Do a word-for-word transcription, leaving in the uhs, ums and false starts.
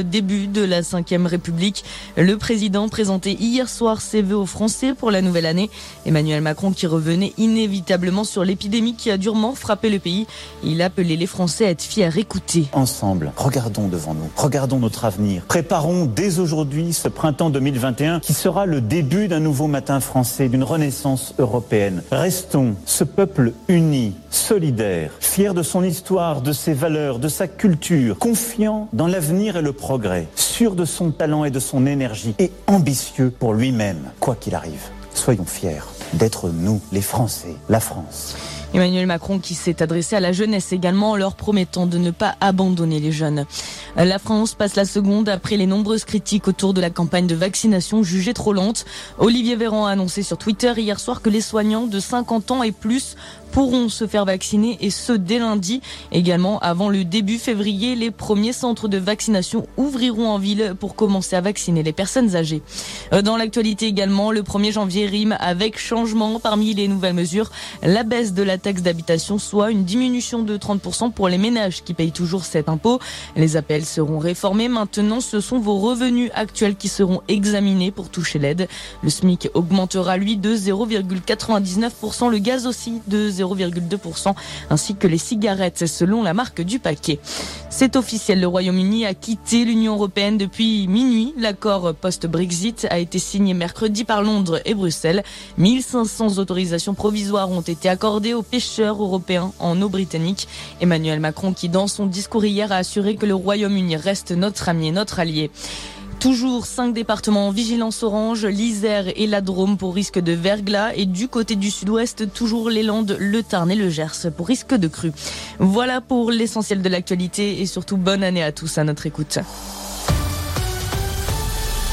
Début de la cinquième République. Le président présentait hier soir ses vœux aux Français pour la nouvelle année. Emmanuel Macron qui revenait inévitablement sur l'épidémie qui a durement frappé le pays. Il appelait les Français à être fiers. Écoutez. Ensemble, regardons devant nous, regardons notre avenir. Préparons dès aujourd'hui ce printemps deux mille vingt et un qui sera le début d'un nouveau matin français, d'une renaissance européenne. Restons ce peuple uni, solidaire, fier de son histoire, de ses valeurs, de sa culture, confiant dans l'avenir et le progrès. Progrès, sûr de son talent et de son énergie et ambitieux pour lui-même, quoi qu'il arrive. Soyons fiers d'être nous, les Français, la France. Emmanuel Macron qui s'est adressé à la jeunesse également en leur promettant de ne pas abandonner les jeunes. La France passe la seconde après les nombreuses critiques autour de la campagne de vaccination jugée trop lente. Olivier Véran a annoncé sur Twitter hier soir que les soignants de cinquante ans et plus pourront se faire vacciner et ce dès lundi. Également, avant le début février, les premiers centres de vaccination ouvriront en ville pour commencer à vacciner les personnes âgées. Dans l'actualité également, le premier janvier rime avec changement parmi les nouvelles mesures. La baisse de la taxe d'habitation, soit une diminution de trente pour cent pour les ménages qui payent toujours cet impôt. Les A P L seront réformés. Maintenant, ce sont vos revenus actuels qui seront examinés pour toucher l'aide. Le SMIC augmentera, lui, de zéro virgule quatre-vingt-dix-neuf pour cent. Le gaz aussi de zéro virgule deux pour cent, ainsi que les cigarettes selon la marque du paquet. C'est officiel, le Royaume-Uni a quitté l'Union européenne depuis minuit. L'accord post-Brexit a été signé mercredi par Londres et Bruxelles. mille cinq cents autorisations provisoires ont été accordées aux pêcheurs européens en eau britannique. Emmanuel Macron qui, dans son discours hier, a assuré que le Royaume-Uni reste notre ami et notre allié. Toujours cinq départements en vigilance orange, l'Isère et la Drôme pour risque de verglas et du côté du sud-ouest, toujours les Landes, le Tarn et le Gers pour risque de crue. Voilà pour l'essentiel de l'actualité et surtout bonne année à tous à notre écoute.